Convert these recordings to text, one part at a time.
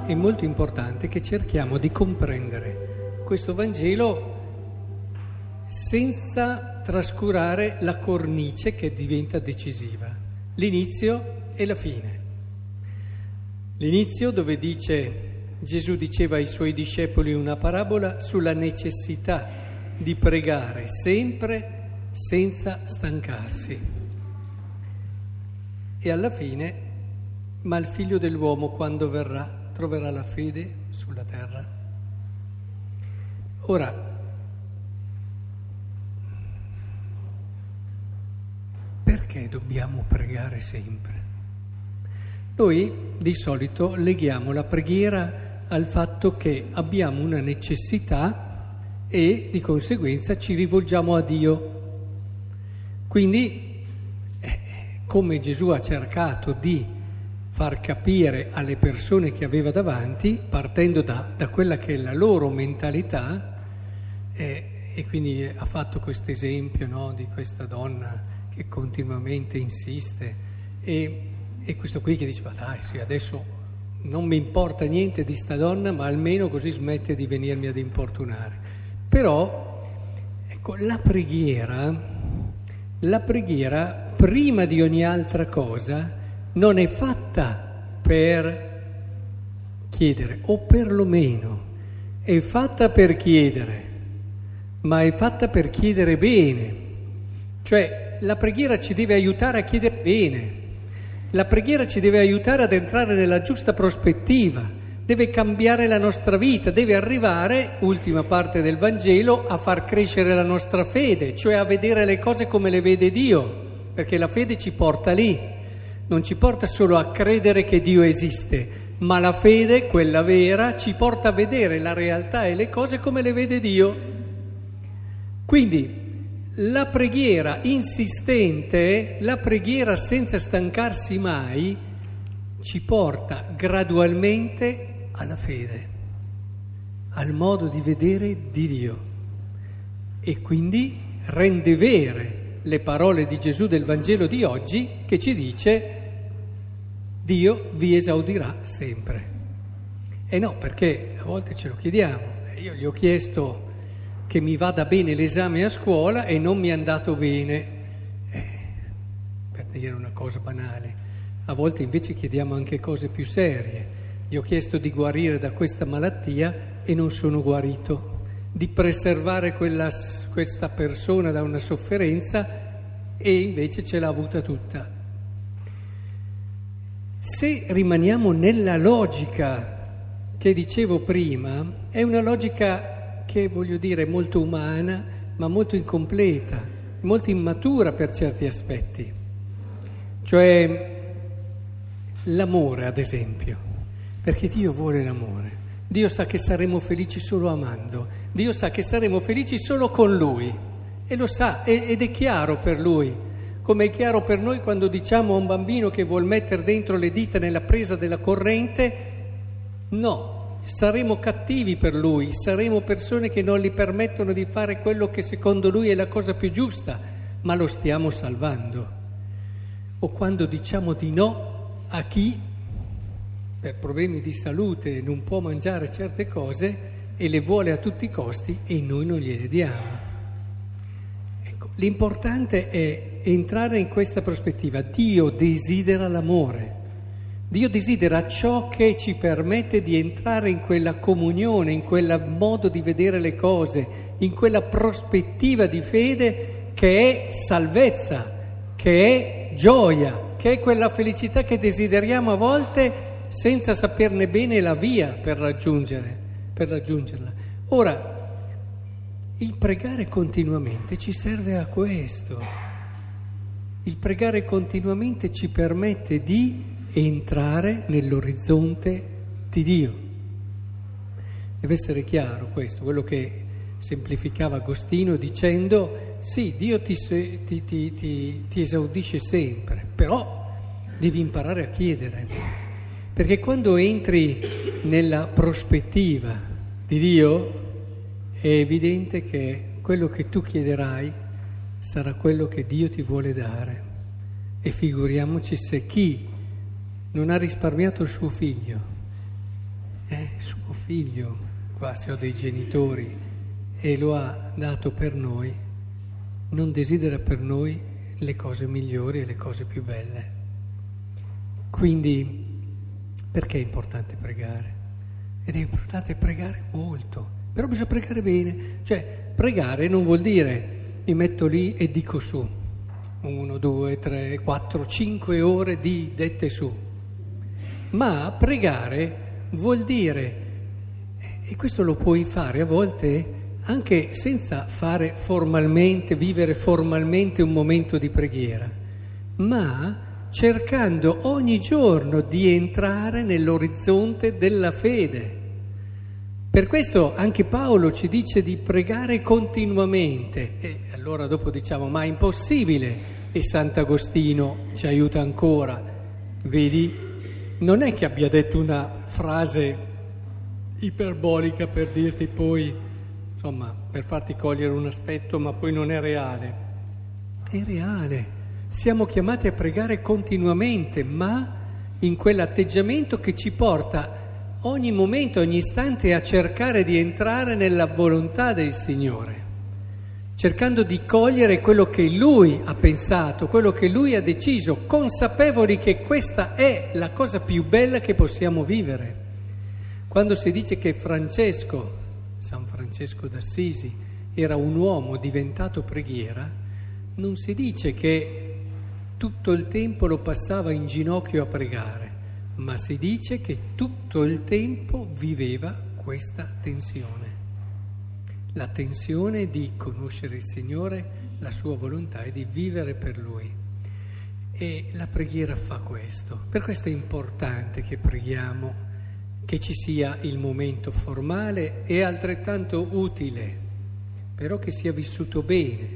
è molto importante che cerchiamo di comprendere questo Vangelo senza trascurare la cornice che diventa decisiva, l'inizio e la fine. L'inizio dove Gesù diceva ai suoi discepoli una parabola sulla necessità di pregare sempre senza stancarsi. E alla fine, ma il Figlio dell'uomo quando verrà troverà la fede sulla terra. Ora, perché dobbiamo pregare sempre? Noi di solito leghiamo la preghiera al fatto che abbiamo una necessità e di conseguenza ci rivolgiamo a Dio. Quindi, come Gesù ha cercato di far capire alle persone che aveva davanti, partendo da quella che è la loro mentalità, e quindi ha fatto questo esempio, no, di questa donna che continuamente insiste e questo qui che dice, ma dai, sì, adesso non mi importa niente di sta donna, ma almeno così smette di venirmi ad importunare. Però, ecco, la preghiera, prima di ogni altra cosa, non è fatta per chiedere, o perlomeno è fatta per chiedere, ma è fatta per chiedere bene. Cioè, la preghiera ci deve aiutare a chiedere bene. La preghiera ci deve aiutare ad entrare nella giusta prospettiva, deve cambiare la nostra vita, deve arrivare, ultima parte del Vangelo, a far crescere la nostra fede, cioè a vedere le cose come le vede Dio, perché la fede ci porta lì, non ci porta solo a credere che Dio esiste, ma la fede, quella vera, ci porta a vedere la realtà e le cose come le vede Dio. Quindi, la preghiera insistente, la preghiera senza stancarsi mai, ci porta gradualmente alla fede, al modo di vedere di Dio e quindi rende vere le parole di Gesù del Vangelo di oggi che ci dice Dio vi esaudirà sempre. E no, perché a volte ce lo chiediamo, io gli ho chiesto che mi vada bene l'esame a scuola e non mi è andato bene, per dire una cosa banale. A volte invece chiediamo anche cose più serie. Gli ho chiesto di guarire da questa malattia e non sono guarito, di preservare questa persona da una sofferenza e invece ce l'ha avuta tutta. Se rimaniamo nella logica che dicevo prima, è una logica che voglio dire molto umana, ma molto incompleta, molto immatura per certi aspetti. Cioè l'amore, ad esempio, perché Dio vuole l'amore. Dio sa che saremo felici solo amando, Dio sa che saremo felici solo con Lui e lo sa ed è chiaro per Lui, come è chiaro per noi quando diciamo a un bambino che vuol mettere dentro le dita nella presa della corrente, no. Saremo cattivi per lui, saremo persone che non gli permettono di fare quello che secondo lui è la cosa più giusta, ma lo stiamo salvando. O quando diciamo di no a chi per problemi di salute non può mangiare certe cose e le vuole a tutti i costi e noi non gliele diamo. Ecco, l'importante è entrare in questa prospettiva. Dio desidera l'amore. Dio desidera ciò che ci permette di entrare in quella comunione, in quel modo di vedere le cose, in quella prospettiva di fede che è salvezza, che è gioia, che è quella felicità che desideriamo a volte senza saperne bene la via per raggiungerla. Ora, il pregare continuamente ci serve a questo. Il pregare continuamente ci permette di entrare nell'orizzonte di Dio. Deve essere chiaro questo, quello che semplificava Agostino dicendo sì, Dio ti esaudisce sempre, però devi imparare a chiedere, perché quando entri nella prospettiva di Dio è evidente che quello che tu chiederai sarà quello che Dio ti vuole dare. E figuriamoci se chi non ha risparmiato il suo figlio suo figlio, qua se ho dei genitori, e lo ha dato per noi, non desidera per noi le cose migliori e le cose più belle. Quindi perché è importante pregare? Ed è importante pregare molto, però bisogna pregare bene. Cioè, pregare non vuol dire mi metto lì e dico su 1, 2, 3, 4, 5 ore di dette su, ma pregare vuol dire, e questo lo puoi fare a volte anche senza fare formalmente, vivere formalmente un momento di preghiera, ma cercando ogni giorno di entrare nell'orizzonte della fede. Per questo anche Paolo ci dice di pregare continuamente, e allora dopo diciamo ma è impossibile, e Sant'Agostino ci aiuta ancora, vedi? Non è che abbia detto una frase iperbolica per dirti poi, insomma, per farti cogliere un aspetto, ma poi non è reale. È reale. Siamo chiamati a pregare continuamente, ma in quell'atteggiamento che ci porta ogni momento, ogni istante a cercare di entrare nella volontà del Signore, cercando di cogliere quello che Lui ha pensato, quello che Lui ha deciso, consapevoli che questa è la cosa più bella che possiamo vivere. Quando si dice che San Francesco d'Assisi, era un uomo diventato preghiera, non si dice che tutto il tempo lo passava in ginocchio a pregare, ma si dice che tutto il tempo viveva questa tensione, la tensione di conoscere il Signore, la sua volontà e di vivere per Lui. E la preghiera fa questo. Per questo è importante che preghiamo, che ci sia il momento formale e altrettanto utile, però che sia vissuto bene.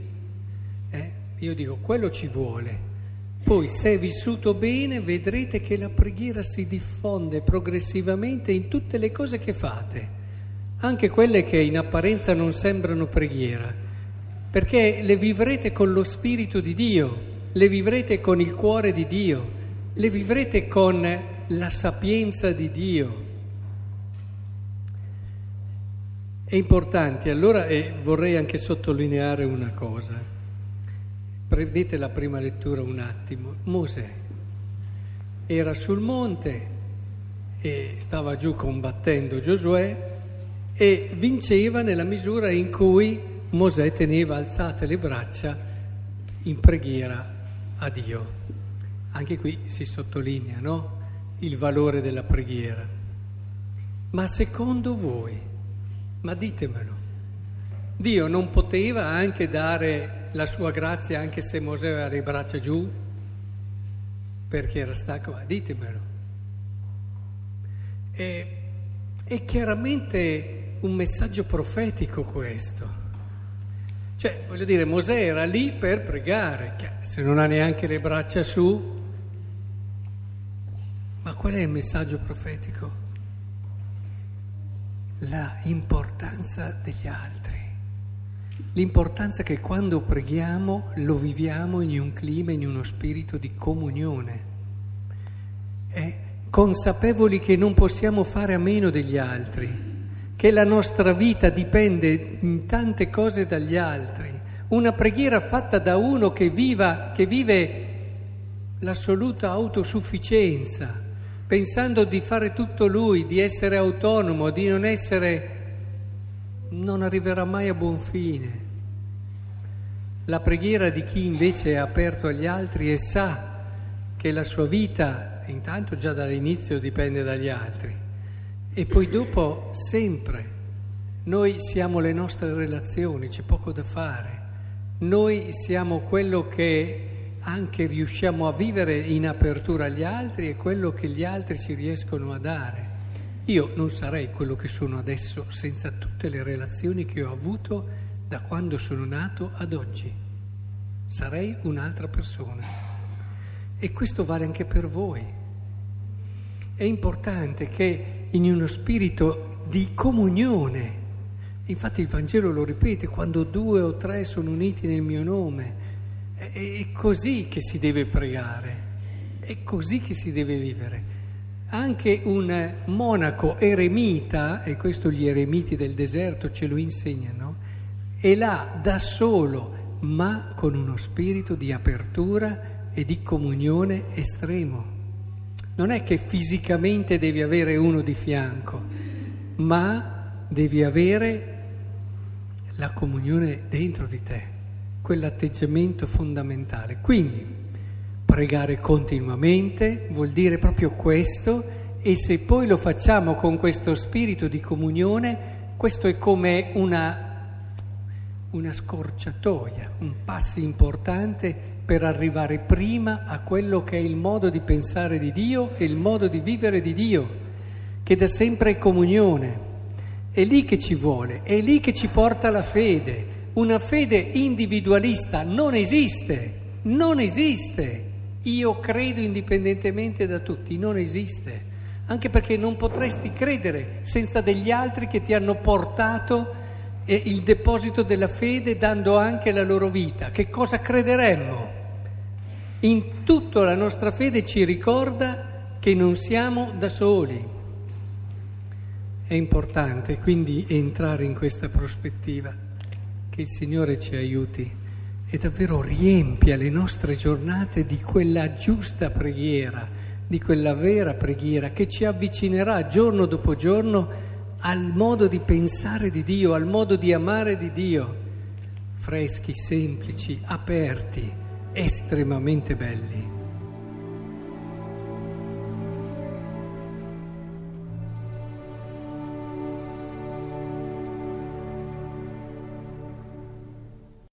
Io dico, quello ci vuole. Poi se è vissuto bene vedrete che la preghiera si diffonde progressivamente in tutte le cose che fate, anche quelle che in apparenza non sembrano preghiera, perché le vivrete con lo Spirito di Dio, le vivrete con il cuore di Dio, le vivrete con la sapienza di Dio. È importante, allora, e vorrei anche sottolineare una cosa. Prendete la prima lettura un attimo. Mosè era sul monte e stava giù combattendo Giosuè e vinceva nella misura in cui Mosè teneva alzate le braccia in preghiera a Dio. Anche qui si sottolinea, no? Il valore della preghiera. Ma secondo voi, ma ditemelo, Dio non poteva anche dare la sua grazia anche se Mosè aveva le braccia giù perché era stanco? Ditemelo. È chiaramente un messaggio profetico questo. Cioè, voglio dire, Mosè era lì per pregare, se non ha neanche le braccia su. Ma qual è il messaggio profetico? La importanza degli altri. L'importanza che quando preghiamo lo viviamo in un clima, in uno spirito di comunione, consapevoli che non possiamo fare a meno degli altri, che la nostra vita dipende in tante cose dagli altri. Una preghiera fatta da uno che vive l'assoluta autosufficienza, pensando di fare tutto lui, di essere autonomo, di non arriverà mai a buon fine. La preghiera di chi invece è aperto agli altri e sa che la sua vita, intanto già dall'inizio, dipende dagli altri, e poi dopo sempre. Noi siamo le nostre relazioni, c'è poco da fare. Noi siamo quello che anche riusciamo a vivere in apertura agli altri e quello che gli altri ci riescono a dare. Io non sarei quello che sono adesso senza tutte le relazioni che ho avuto da quando sono nato ad oggi. Sarei un'altra persona. E questo vale anche per voi. È importante che in uno spirito di comunione, infatti il Vangelo lo ripete, quando 2 o 3 sono uniti nel mio nome, è così che si deve pregare, è così che si deve vivere. Anche un monaco eremita, e questo gli eremiti del deserto ce lo insegnano, è là da solo, ma con uno spirito di apertura e di comunione estremo. Non è che fisicamente devi avere uno di fianco, ma devi avere la comunione dentro di te, quell'atteggiamento fondamentale. Quindi pregare continuamente vuol dire proprio questo, e se poi lo facciamo con questo spirito di comunione, questo è come una scorciatoia, un passo importante per arrivare prima a quello che è il modo di pensare di Dio e il modo di vivere di Dio, che da sempre è comunione. È lì che ci vuole, è lì che ci porta la fede. Una fede individualista non esiste, non esiste. Io credo indipendentemente da tutti, non esiste, anche perché non potresti credere senza degli altri che ti hanno portato il deposito della fede dando anche la loro vita. Che cosa crederemmo? In tutta la nostra fede ci ricorda che non siamo da soli. È importante quindi entrare in questa prospettiva, che il Signore ci aiuti e davvero riempia le nostre giornate di quella giusta preghiera, di quella vera preghiera che ci avvicinerà giorno dopo giorno al modo di pensare di Dio, al modo di amare di Dio, freschi, semplici, aperti, estremamente belli.